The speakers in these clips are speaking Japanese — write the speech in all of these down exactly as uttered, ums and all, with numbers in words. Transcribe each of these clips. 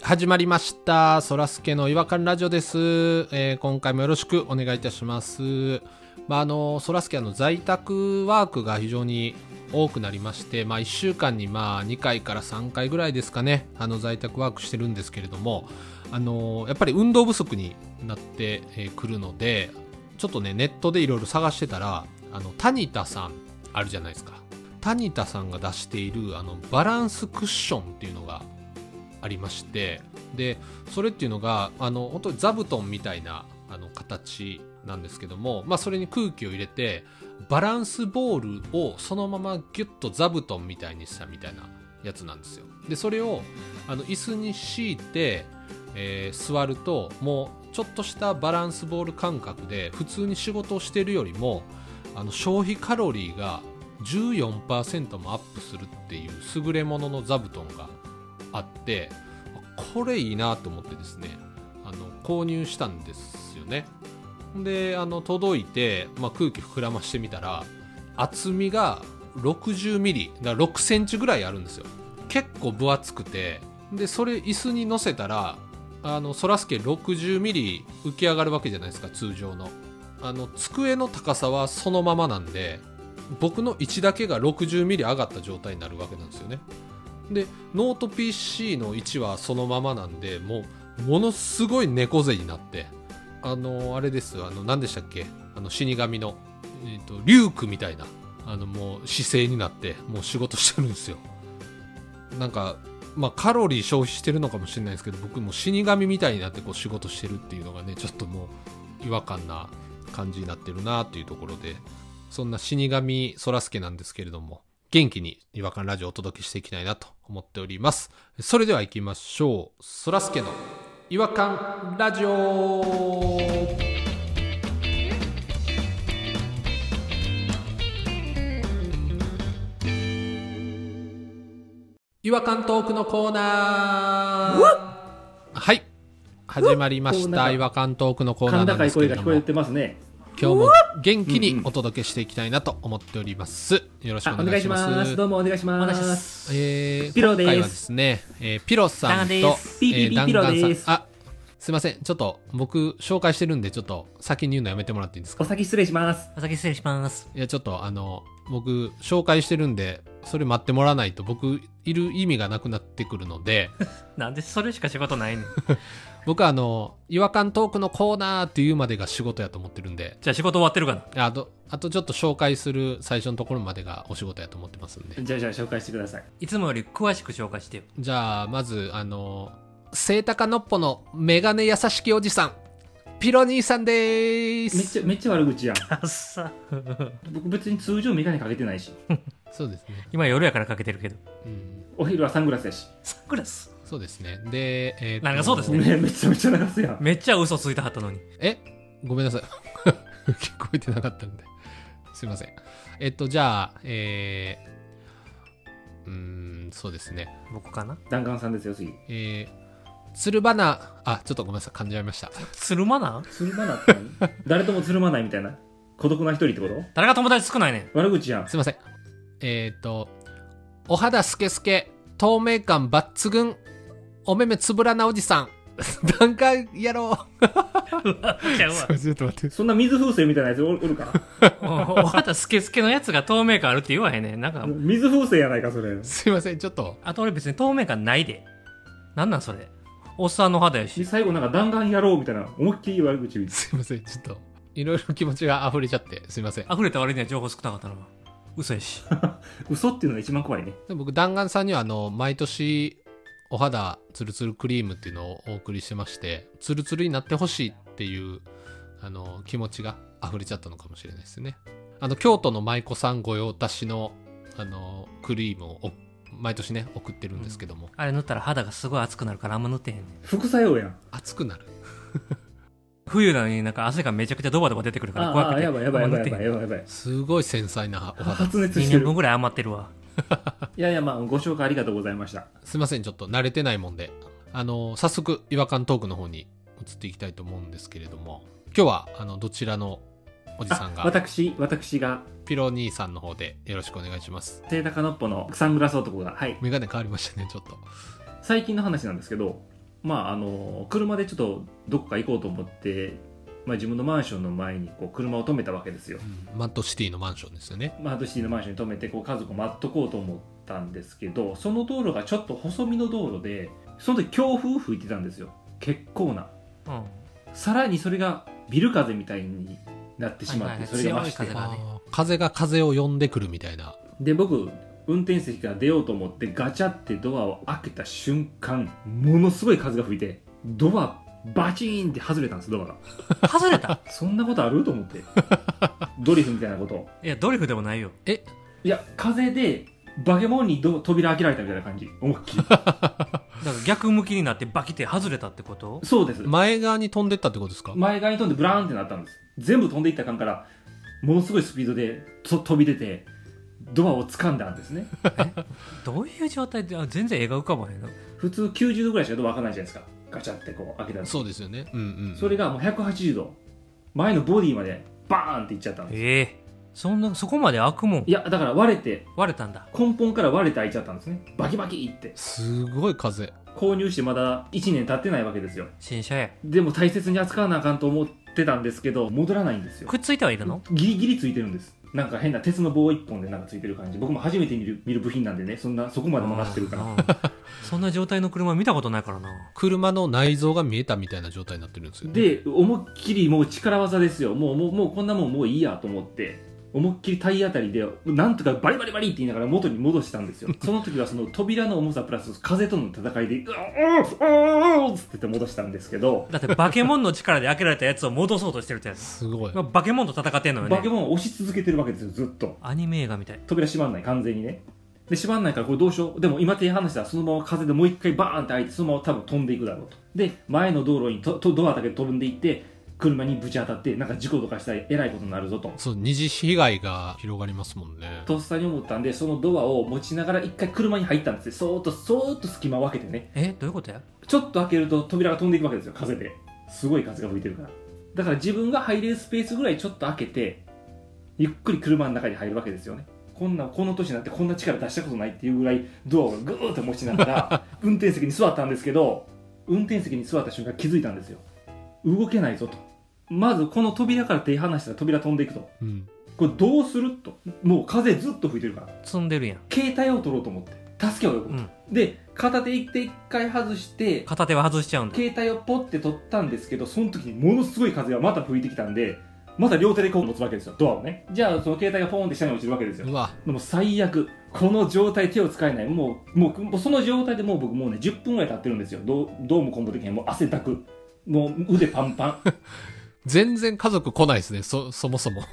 始まりました。そらすけの違和感ラジオです。えー、今回もよろしくお願いいたします。まあ、あの、そらすけの在宅ワークが非常に多くなりまして、まあ、いっしゅうかんにまあにかいからさんかいぐらいですかね、あの在宅ワークしてるんですけれども、あのやっぱり運動不足になってくるので、ちょっとね、ネットでいろいろ探してたら、あの、タニタさんあるじゃないですか。タニタさんが出しているあのバランスクッションっていうのがありまして、でそれっていうのがあの本当に座布団みたいなあの形なんですけども、まあ、それに空気を入れてバランスボールをそのままギュッと座布団みたいにしたみたいなやつなんですよ。でそれをあの椅子に敷いて、えー、座るともうちょっとしたバランスボール感覚で普通に仕事をしているよりもあの消費カロリーが じゅうよんパーセント もアップするっていう優れものの座布団があって、これいいなと思ってですね、あの購入したんですよね。であの届いて、まあ、空気膨らましてみたら厚みがろくじゅうミリだからろくセンチぐらいあるんですよ。結構分厚くて、でそれ椅子に乗せたらあのそらすけろくじゅうミリ浮き上がるわけじゃないですか。通常のあの机の高さはそのままなんで、僕の位置だけがろくじゅうミリ上がった状態になるわけなんですよね。でノート ピーシー の位置はそのままなんで、もうものすごい猫背になって、あのあれですあの何でしたっけ、あの死神の、えーと、リュークみたいなあのもう姿勢になってもう仕事してるんですよ。なんかまあカロリー消費してるのかもしれないですけど、僕も死神みたいになってこう仕事してるっていうのがね、ちょっともう違和感な感じになってるなっていうところで、そんな死神そらすけなんですけれども、元気に違和感ラジオをお届けしていきたいなと思っております。それでは行きましょう。そらすけの違和感ラジオ。違和感トークのコーナー。はい、始まりました。違和感トークのコーナーなんですけれども、 甲高い声が聞こえてますね。 今日も元気にお届けしていきたいなと思っております。よろしくお願いします。 お願いします。どうもお願いします。 えー、 ピロです。 今回はですね、えー、ピロさんと、えー、弾丸さん。 あ、すいません。ちょっと僕紹介してるんで、ちょっと先に言うのやめてもらっていいですか。 お先失礼します。 お先失礼します。 いや、ちょっとあの、僕紹介してるんで、それ待ってもらわないと僕いる意味がなくなってくるので。 なんでそれしか仕事ないねん。 僕はあの違和感トークのコーナーっていうまでが仕事やと思ってるんで。 じゃあ仕事終わってるかな。 あとあとちょっと紹介する最初のところまでがお仕事やと思ってますんで。 じゃあじゃあ紹介してください。 いつもより詳しく紹介してよ。 じゃあまずあのセイタカノッポのメガネ優しきおじさん、ピロ兄さんでーす。 めっちゃめっちゃ悪口やん。 あっさ。 僕別に通常メガネかけてないし。 そうですね。 今夜やからかけてるけど。 うん。 お昼はサングラスやし。 サングラス。 そうですね。で、えー、 なんかそうですね。 ね、めちゃめちゃ流すやん。 めっちゃ嘘ついたはったのに。 え、ごめんなさい。聞こえてなかったんで。すいません。えっと、じゃあ、えー、うーん、そうですね。 僕かな。 弾丸さんですよ、次。 えー、つるばな、あ、ちょっとごめんなさい。噛んじゃいました。 つるまなつるまなって何誰ともつるまないみたいな。孤独な一人ってこと？ 誰が友達少ないねん。 悪口やん。 すいません。えっと、お肌スケスケ、透明感抜群、お目目つぶらなおじさん。段階やろう。 ちゃうわ。 ちょっと待って。 そんな水風船みたいなやつおるかおお肌スケスケのやつが透明感あるって言わへんねん。なんか水風船やないかそれ。 すいません、ちょっと。 あと俺別に透明感ないで。なんなんそれ。おっさんの肌やし。 最後なんか弾丸やろうみたいな思いっきり悪口みたいな。 すいません、ちょっといろいろ気持ちが溢れちゃってすいません。 溢れた割には情報少なかったな。嘘やし。 嘘っていうのが一番怖いね。 で僕弾丸さんにはあの毎年お肌ツルツルクリームっていうのをお送りしてまして、ツルツルになってほしいっていうあの気持ちが溢れちゃったのかもしれないですね。あの京都の舞妓さん御用達のあのクリームを毎年ね送ってるんですけども、 うん、あれ塗ったら肌がすごい熱くなるからあんま塗ってへんねん。 副作用やん。 熱くなる。 冬なのになんか汗がめちゃくちゃドバドバ出てくるから怖くて。 ああやばいやばいやばいやばいやばいやばい。 すごい繊細なお肌。 発熱してにねんぶんる。 ぐらい余ってるわ。 いやいや、まあご紹介ありがとうございました。 すいません、ちょっと慣れてないもんで、あの早速違和感トークの方に移っていきたいと思うんですけれども、今日はあのどちらのおじさんが、 私私がピロ兄さんの方でよろしくお願いします。 セイタカノッポのサングラス男が、はい、 メガネ変わりましたね、ちょっと。 最近の話なんですけど、 まああの車でちょっとどこか行こうと思って、まあ、自分のマンションの前にこう車を止めたわけですよ、 うん、マッドシティのマンションですよね。 マッドシティのマンションに止めてこう家族を待っとこうと思ったんですけど、その道路がちょっと細身の道路で、その時強風吹いてたんですよ、結構な。 うん、 さらにそれがビル風みたいになってしまって、 はいはい、 それが増して強い風がね、 あー風が風を呼んでくるみたいな。 で僕運転席から出ようと思ってガチャってドアを開けた瞬間、ものすごい風が吹いてドアバチーンって外れたんです。ドアが外れたそんなことあると思ってドリフみたいなこと。 いやドリフでもないよ。 えいや風でバケモンにど扉開けられたみたいな感じ、思いっきりだから逆向きになってバキって外れたってこと？ そうです。 前側に飛んでったってことですか？ 前側に飛んでブラーンってなったんです。全部飛んでいったらあかんから、ものすごいスピードでと飛び出てドアを掴んだんですねどういう状態で、あ全然絵が浮かばへんの。 普通きゅうじゅうどぐらいしかドア開かないじゃないですか、ガチャってこう開けたら。 そうですよね。うんうん。 それがもうひゃくはちじゅうど前のボディまでバーンっていっちゃったんです。 ええー、そんなそこまで開くもん。 いやだから割れて、 割れたんだ。 根本から割れて開いちゃったんですね、バキバキって。 すごい風。 購入してまだいちねん経ってないわけですよ。 新車や。 でも大切に扱わなあかんと思ってたんですけど、戻らないんですよ。 くっついてはいるの？ ギリギリついてるんです。なんか変な鉄の棒一本でなんかついてる感じ。僕も初めて見る見る部品なんでね、そんなそこまで回してるから。 うんうんそんな状態の車見たことないからな。 車の内臓が見えたみたいな状態になってるんですよね。 で思いっきりもう力技ですよ。もうもうもうこんなもんもういいやと思って思いっきり体当たりでなんとかバリバリバリって言いながら元に戻したんですよその時はその扉の重さプラス風との戦いでうわーうーっつって戻したんですけど、 だってバケモンの力で開けられたやつを戻そうとしてるってやつ。 すごい。 まあバケモンと戦ってんのよね。 バケモンを押し続けてるわけですよ、ずっと。 アニメ映画みたい。 扉閉まんない、完全にね。で閉まんないからこれどうしよう。でも今手離したらそのまま風でもう一回バーンって開いてそのまま多分飛んでいくだろうと。で前の道路にととドアだけ飛んでいって車にぶち当たってなんか事故とかしたらえらいことになるぞと。 そう、二次被害が広がりますもんね。 とっさに思ったんで、そのドアを持ちながら一回車に入ったんですよ。そーっとそーっと隙間を開けてね。 えどういうことや？ ちょっと開けると扉が飛んでいくわけですよ、風で。すごい風が吹いてるから。だから自分が入れるスペースぐらいちょっと開けてゆっくり車の中に入るわけですよね。こんなこの年になってこんな力出したことないっていうぐらいドアをグーッと持ちながら運転席に座ったんですけど、運転席に座った瞬間気づいたんですよ。動けないぞと。まずこの扉から手離したら扉飛んでいくと。 うん。 これどうすると。もう風ずっと吹いてるから積んでるやん。 携帯を取ろうと思って助けを呼ぶと、 うん、 で片手一手一回外して片手は外しちゃうんだ。 携帯をポッて取ったんですけど、その時にものすごい風がまた吹いてきたんで、また両手でこう持つわけですよ、ドアをね。じゃあその携帯がポーンって下に落ちるわけですよ。 うわ。 でも最悪、この状態手を使えない。もうもうもうその状態でもう僕もうねじゅっぷんぐらい経ってるんですよ。どうどうもこんぼできへん、もう汗だく、もう腕パンパン全然家族来ないですね、そ、そもそも。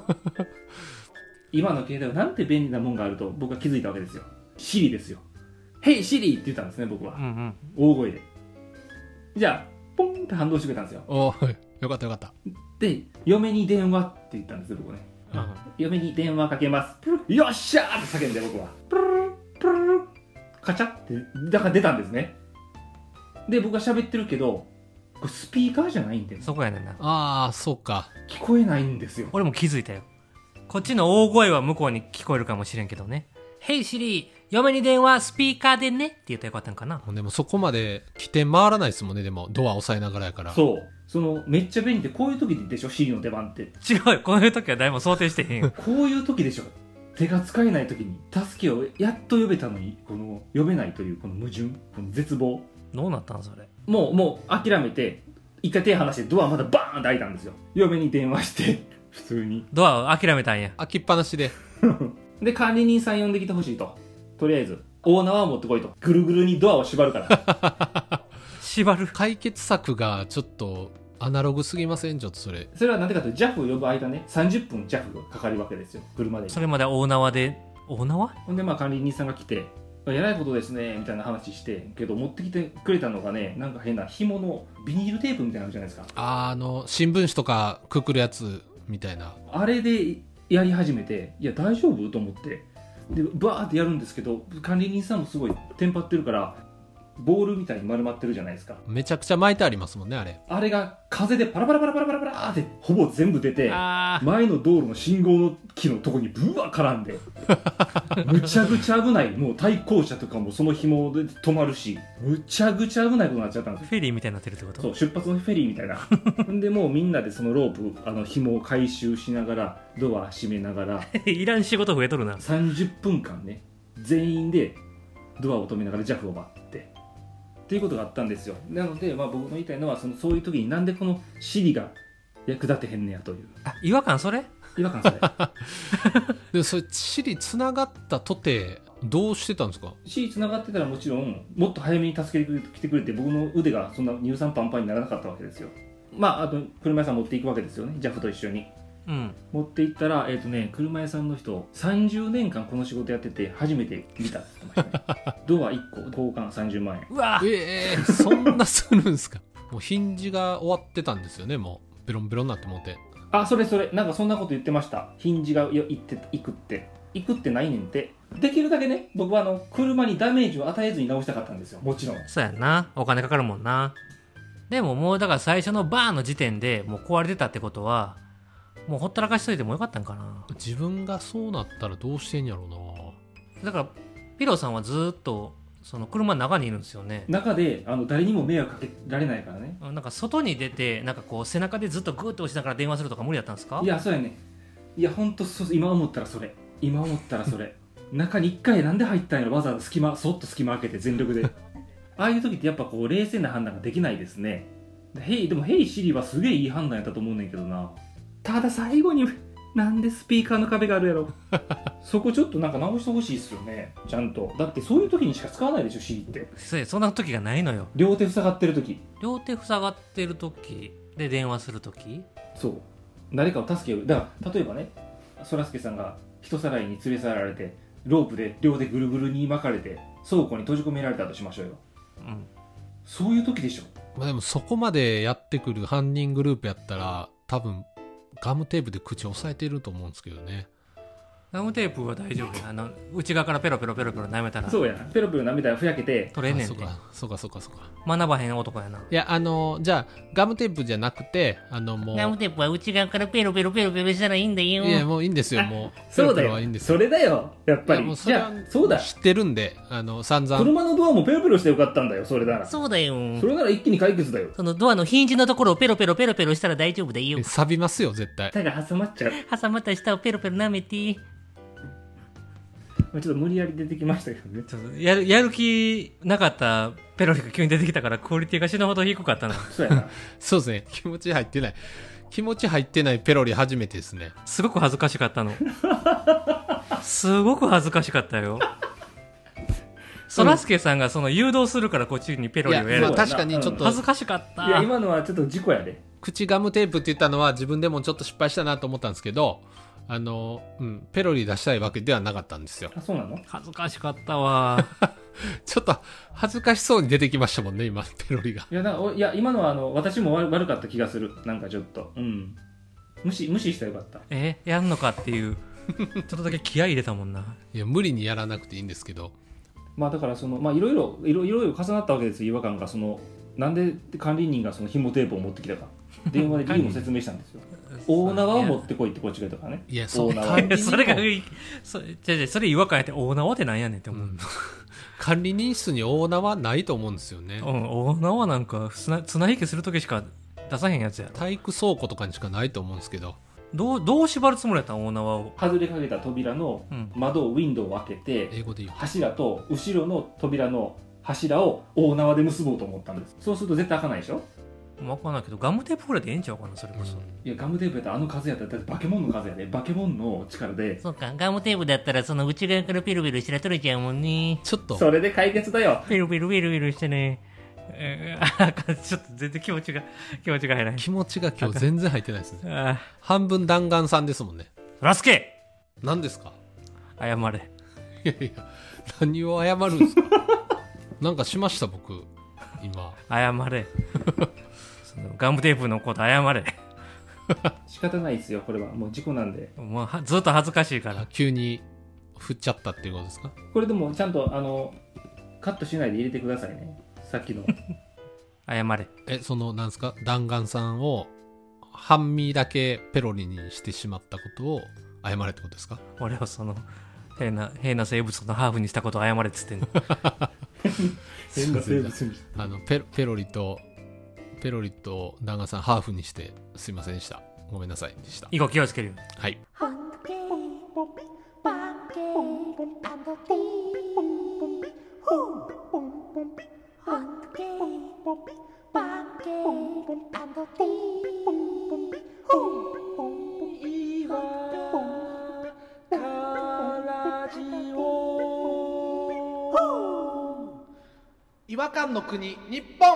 今の携帯はなんて便利なもんがあると僕は気づいたわけですよ。シリですよ。ヘイシリって言ったんですね、僕は。 うんうん。 大声で。じゃあ、ポンって反応してくれたんですよ。 おーよかったよかった。 で、嫁に電話って言ったんですよ、僕ね。 うん、 嫁に電話かけます。プルよっしゃーって叫んで僕は。プルルプルルカチャって、だから出たんですね。で、僕は喋ってるけど、これスピーカーじゃないんで、 そこやねんな。 ああ、そうか。 聞こえないんですよ。 俺も気づいたよ。こっちの大声は向こうに聞こえるかもしれんけどね。ヘイシリー、嫁に電話スピーカーでねって言ったらよかったんかな。 でもそこまで起点回らないですもんね、でも。ドア押さえながらやから。 そう。その、めっちゃ便利で、こういう時でしょ、シリの出番って。 違うよ、こういう時は誰も想定してへんよ。 こういう時でしょ。手が使えない時に、助けをやっと呼べたのに、この、呼べないという、この矛盾、この絶望。 どうなったんそれ。 もう、もう諦めて、一回手離してドアまだバーンって開いたんですよ。嫁に電話して、普通に。 ドアを諦めたんや。 開きっぱなしで。 で、管理人さん呼んできてほしいと。とりあえず、大縄を持ってこいと。ぐるぐるにドアを縛るから。 縛る。 解決策がちょっとアナログすぎません？ちょっとそれ。 それはなんでかというと、ジャフ を呼ぶ間ね、さんじゅっぷん ジャフ がかかるわけですよ。車で。 それまで大縄で、大縄ほんで、まあ管理人さんが来て、えらいことですね、みたいな話して、けど持ってきてくれたのがね、なんか変な紐のビニールテープみたいなのじゃないですか。 あー、あの、新聞紙とかくくるやつみたいな。 あれでやり始めて、いや、大丈夫と思って。で、バーってやるんですけど、管理人さんもすごいテンパってるから、 ボールみたいに丸まってるじゃないですか。 めちゃくちゃ巻いてありますもんね、あれ。 あれが風でパラパラパラパラパラパラーってほぼ全部出て、 あー前の道路の信号の木のとこにブワー絡んでむちゃくちゃ危ない。もう対向車とかもその紐で止まるし、むちゃくちゃ危ないことになっちゃったんですよ。 フェリーみたいになってるってこと？ そう出発のフェリーみたいなでもうみんなでそのロープあの紐を回収しながらドア閉めながらいらん仕事増えとるな。 さんじゅっぷんかんね全員でドアを止めながらジャフを待ってっていうことがあったんですよ。なので、まあ、僕の言いたいのはそのそういう時になんでこのシリが役立てへんねやというあ、違和感それ？ 違和感それでもそれシリつながったとてどうしてたんですか？ シリ繋がってたらもちろんもっと早めに助けてきてくれて僕の腕がそんな乳酸パンパンにならなかったわけですよ。まああと車屋さん持っていくわけですよね、ジャフと一緒にうん持っていったら、えーとね、車屋さんの人さんじゅうねんかんこの仕事やってて初めて見たって言ってましたねドアいっこ交換さんじゅうまんえん。 うわええー、そんなするんですか？もうヒンジが終わってたんですよね、もうベロンベロンになってもうて。 あ、それそれなんかそんなこと言ってました。ヒンジがよ行って行くって行くってないねんって。できるだけね僕はあの車にダメージを与えずに直したかったんですよ、もちろん。 そうやんな、お金かかるもんな。でももうだから最初のバーの時点でもう壊れてたってことはもうほったらかしといてもよかったんかな。 自分がそうなったらどうしてんやろうな。 だからピロさんはずっとその車の中にいるんですよね。 中であの誰にも迷惑かけられないからね。 なんか外に出てなんかこう背中でずっとグーッと押しながら電話するとか無理だったんですか？ いやそうやね。いやほんとそう今思ったらそれ今思ったらそれ中にいっかいなんで入ったんやろ、わざわざ隙間そっと隙間開けて全力でああいう時ってやっぱこう冷静な判断ができないですね。でヘイでもヘイシリはすげえいい判断やったと思うねんけどな。ただ最後になんでスピーカーの壁があるやろそこちょっとなんか直してほしいですよね、ちゃんと。だってそういう時にしか使わないでしょシリって。 そうや、そんな時がないのよ。 両手塞がってる時。 両手塞がってる時で電話する時、 そう誰かを助ける。だから例えばねそらすけさんが人さらいに連れ去られてロープで両手ぐるぐるに巻かれて倉庫に閉じ込められたとしましょうよ。 うんそういう時でしょ。 まあ、でもそこまでやってくる犯人グループやったら多分ガムテープで口を押さえてると思うんですけどね。 ガムテープは大丈夫や。あの内側からペロペロペロペロ舐めたらそうやペロペロ舐めたらふやけて取れんねんて。 あそうかそうかそうかそうか。 学ばへん男やな。 いやあのじゃあガムテープじゃなくてあのもうガムテープは内側からペロペロペロペロしたらいいんだよ。 いやもういいんですよ、もうそうだペロペロはいいんよですよ。 それだよやっぱいやもり。 うそれはじゃあそうだ知ってるんであの散々 車のドアもペロペロしてよかったんだよそれなら。 そうだよ。 それなら一気に解決だよ。 そのドアのヒンジのところをペロペロペロペロしたら大丈夫だよえ。錆びますよ絶対。 手が挟まっちゃう。 挟まった下をペロペロ舐めて。 ちょっと無理やり出てきましたけどね。 ちょっとやるやる気なかったペロリが急に出てきたからクオリティが死ぬほど低かったな。 そうやなそうですね、気持ち入ってない気持ち入ってないペロリ初めてですね。 すごく恥ずかしかったの。すごく恥ずかしかったよ。そらすけさんがその誘導するからこっちにペロリをやる。 いやまあ確かにちょっと恥ずかしかった。 いや今のはちょっと事故やで。 口ガムテープって言ったのは自分でもちょっと失敗したなと思ったんですけど、あの、うん、ペロリ出したいわけではなかったんですよ。 あそうなの。 恥ずかしかったわ。 ちょっと恥ずかしそうに出てきましたもんね今ペロリが。 いやなんかおいや今のはあの私も悪悪かった気がする。なんかちょっとうん無視無視したらよかった。 えやんのかっていうちょっとだけ気合い入れたもんな。 いや無理にやらなくていいんですけど。 まあだからそのまあいろいろいろいろいろ重なったわけですよ違和感が。そのなんで管理人がその紐テープを持ってきたか電話で理由も説明したんですよ。大縄を持ってこいってこっちが言ったからね。 いやそう大縄管理人それがそじゃじゃそれ違和感やって大縄ってなんやねんって思う。 うん管理人室に大縄はないと思うんですよね。 うん、大縄なんか綱綱引きするときしか出さへんやつやろ。 体育倉庫とかにしかないと思うんですけど。 どうどう縛るつもりやったん大縄を。 外れかけた扉のうん窓ウィンドウを開けて、 英語で言う。 柱と後ろの扉の柱を大縄で結ぼうと思ったんです。そうすると絶対開かないでしょ。 分かんないけどガムテープぐらいでええんちゃうかなそれこそ。 いやガムテープやったらあの数やったらだってバケモンの数やで。バケモンの力でそうか、ガムテープだったらその内側からペロペロしたら取れちゃうもんね。 ちょっとそれで解決だよ。 ペロペロペロペロしてね。えー、あかんちょっと全然気持ちが気持ちが入らない。 気持ちが今日全然入ってないですね。 あ半分弾丸さんですもんね。 そらすけ何ですか。 謝れ。 いやいや何を謝るんですか。なんかしました僕今。 謝れ。そのガムテープのこと謝れ。 仕方ないですよこれはもう事故なんで。 もうはずっと恥ずかしいから。 急に振っちゃったっていうことですか。 これでもちゃんとあのカットしないで入れてくださいね、さっきの謝れ。 え、その、なんですか、弾丸さんを、半身だけペロリにしてしまったことを謝れってことですか？ 俺をその変な変な生物のハーフにしたことを謝れっつってんの。 変な生物にあのペロ、ペロリと、ペロリと弾丸さんハーフにしてすいませんでした。ごめんなさいでした。 以後気をつけるよ。 はい。違和感の国日本。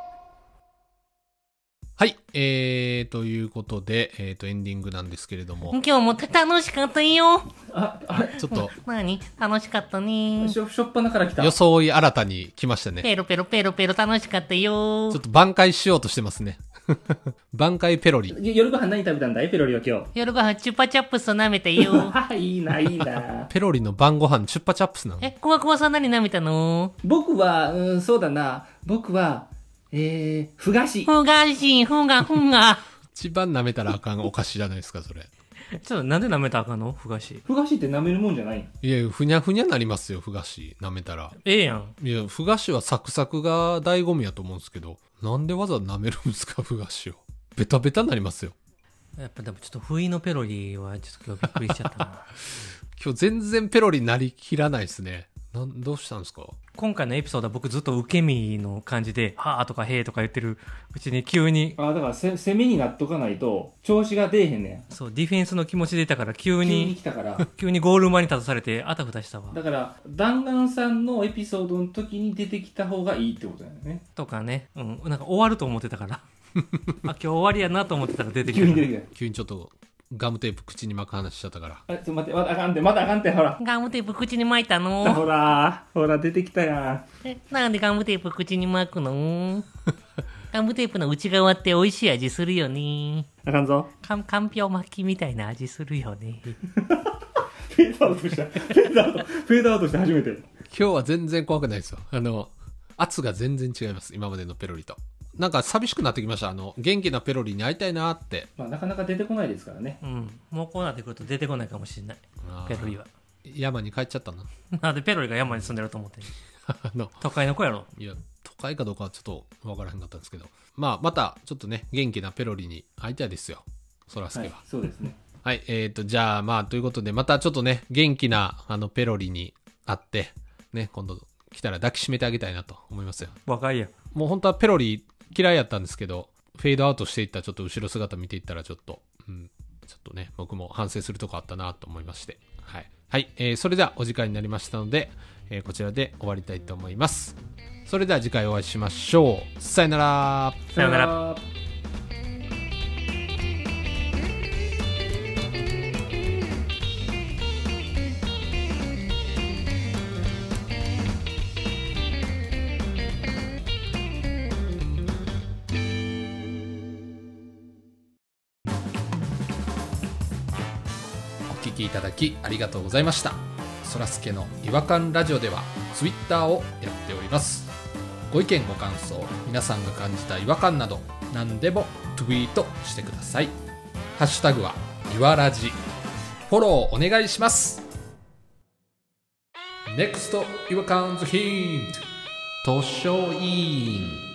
はい、えー、ということで、えーと、エンディングなんですけれども。 今日も楽しかったよ。 あ、あれちょっと、 何楽しかったね。 しょ、しょっぱなから来た。 装い新たに来ましたね。 ペロペロペロペロ楽しかったよ。 ちょっと挽回しようとしてますね。挽回ペロリ。 夜ご飯何食べたんだいペロリは今日。 夜ご飯チュッパチャップスを舐めたよ。 いいな、いいな。 ペロリの晩ご飯チュッパチャップスなの？ え、コワコワさん何舐めたの？ 僕は、うん、そうだな。僕は、えー、ふがし。 ふがし、ふが、ふが。 一番舐めたらあかんお菓子じゃないですか、それ。 ちょっとなんで舐めたらあかんの？ふがし。 ふがしって舐めるもんじゃないの？ いや、ふにゃふにゃなりますよ、ふがし。舐めたら。 ええやん。 いや、ふがしはサクサクが醍醐味やと思うんですけど、なんでわざわざ舐めるんですか、ふがしを。ベタベタになりますよ。 やっぱでもちょっと不意のペロリはちょっと今日びっくりしちゃったな。 今日全然ペロリなりきらないですね。なんどうしたんですか？ 今回のエピソードは僕ずっと受け身の感じで、はーとかへーとか言ってるうちに急に、 あ、だからせ攻めになっとかないと、調子が出えへんねん。 そう、ディフェンスの気持ちでいたから急急にに、 来たから。 急にゴール前に立たされてあたふたしたわ。 だから、弾丸さんのエピソードの時に出てきた方がいいってことだよね。 とかね、うん、なんか終わると思ってたから。あ、今日終わりやなと思ってたら出てきたから。 急に出てき急にちょっとガムテープ口に巻く話しちゃったから。 た。あ、ちょっと待って、まだあかんて、まだあかんて、ほら。 ガムテープ口に巻いたほの？ ら、ほら、出てきたやん。 え、なんでガムテープ口に巻くの？ガムテープの内側って美味しい味するよね。 あかんぞ。 かん、かんぴょう巻きみたいな味するよね。 フェードアウトした。フェードアウト、フェードアウトして初めて。 今日は全然怖くないですよ。あの、圧が全然違います。今までのペロリと。なんか寂しくなってきました。あの、元気なペロリに会いたいなって。 まあ、なかなか出てこないですからね。 うん。もうこうなってくると出てこないかもしれない。ペロリは。 山に帰っちゃったな。 なんでペロリが山に住んでると思ってんの？ あの、 都会の子やろ。 いや、都会かどうかはちょっとわからへんかったんですけど。まあ、また、ちょっとね、元気なペロリに会いたいですよ。そらすけは。 はい、そうですね。 はい、えーと、じゃあ、まあ、ということで、またちょっとね、元気な、あの、ペロリに会って、ね、今度来たら抱きしめてあげたいなと思いますよ。 若いや。 もう本当はペロリ嫌いやったんですけど、フェードアウトしていったちょっと後ろ姿見ていったらちょっと、うん、ちょっとね、僕も反省するとこあったなと思いまして。はい。はい、えー、それではお時間になりましたので、えー、こちらで終わりたいと思います。それでは次回お会いしましょう。さよなら。 さよなら。 お聞きいただきありがとうございました。そらすけの違和感ラジオではツイッターをやっております。ご意見ご感想、皆さんが感じた違和感など何でもツイートしてください。ハッシュタグはいわらじ。フォローお願いします。 ネクスト 違和感ズヒント図書委員